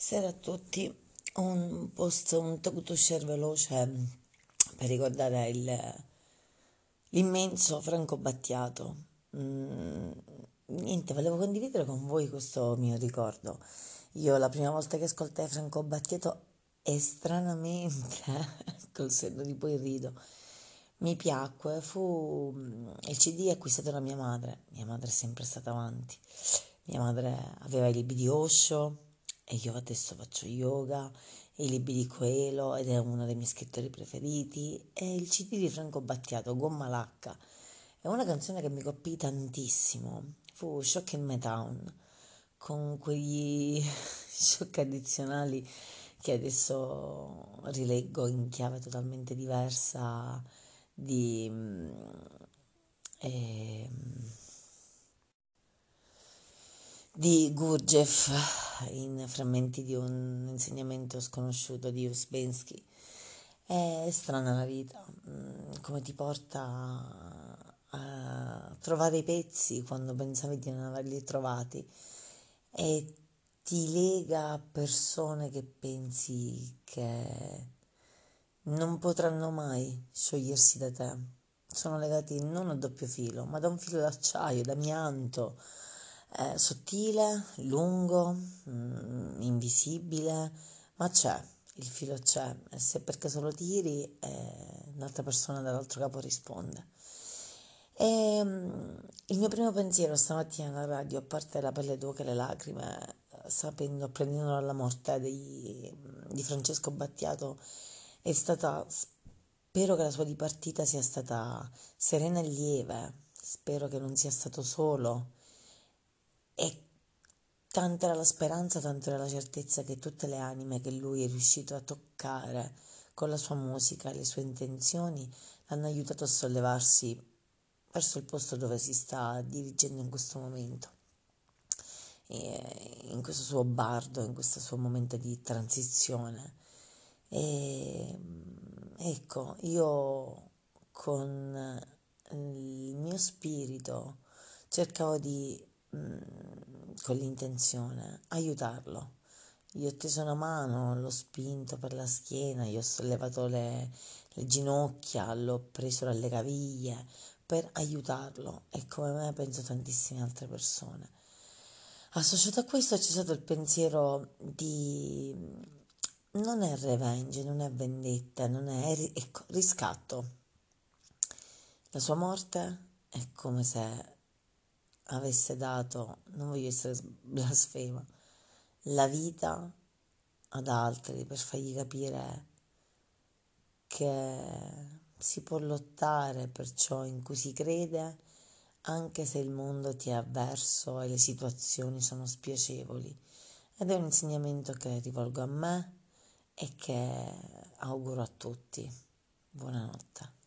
Sera a tutti, un talk to share veloce per ricordare l'immenso Franco Battiato. Niente, volevo condividere con voi questo mio ricordo. Io la prima volta che ascoltai Franco Battiato, e stranamente, col senno di poi rido, mi piacque, fu il CD acquistato da mia madre è sempre stata avanti, mia madre aveva i libri di Osho e io adesso faccio yoga, e i libri di Coelho ed è uno dei miei scrittori preferiti, e il CD di Franco Battiato, Gomma Lacca, è una canzone che mi colpì tantissimo, fu Shock in My Town, con quegli shock addizionali che adesso rileggo in chiave totalmente diversa di, eh, di Gurdjieff in frammenti di un insegnamento sconosciuto di Usbensky. È strana la vita, come ti porta a trovare i pezzi quando pensavi di non averli trovati e ti lega a persone che pensi che non potranno mai sciogliersi da te. Sono legati non a doppio filo, ma da un filo d'acciaio, d'amianto, sottile, lungo, invisibile, ma c'è, il filo c'è, e se per caso lo tiri, un'altra persona dall'altro capo risponde. Il mio primo pensiero stamattina alla radio, a parte la pelle d'oca e le lacrime, apprendendo dalla morte di Francesco Battiato, è stata, spero che la sua dipartita sia stata serena e lieve, spero che non sia stato solo, e tanta era la speranza, tanto era la certezza che tutte le anime che lui è riuscito a toccare con la sua musica e le sue intenzioni l'hanno aiutato a sollevarsi verso il posto dove si sta dirigendo in questo momento, in questo suo bardo, in questo suo momento di transizione. E ecco, io con il mio spirito cercavo di, con l'intenzione, aiutarlo. Gli ho teso una mano, l'ho spinto per la schiena, gli ho sollevato le ginocchia, l'ho preso dalle caviglie per aiutarlo, e come me penso tantissime altre persone. Associato a questo c'è stato il pensiero di non è revenge, non è vendetta, non è ecco, riscatto. La sua morte è come se avesse dato, non voglio essere blasfema, la vita ad altri per fargli capire che si può lottare per ciò in cui si crede, anche se il mondo ti è avverso e le situazioni sono spiacevoli. Ed è un insegnamento che rivolgo a me e che auguro a tutti. Buonanotte.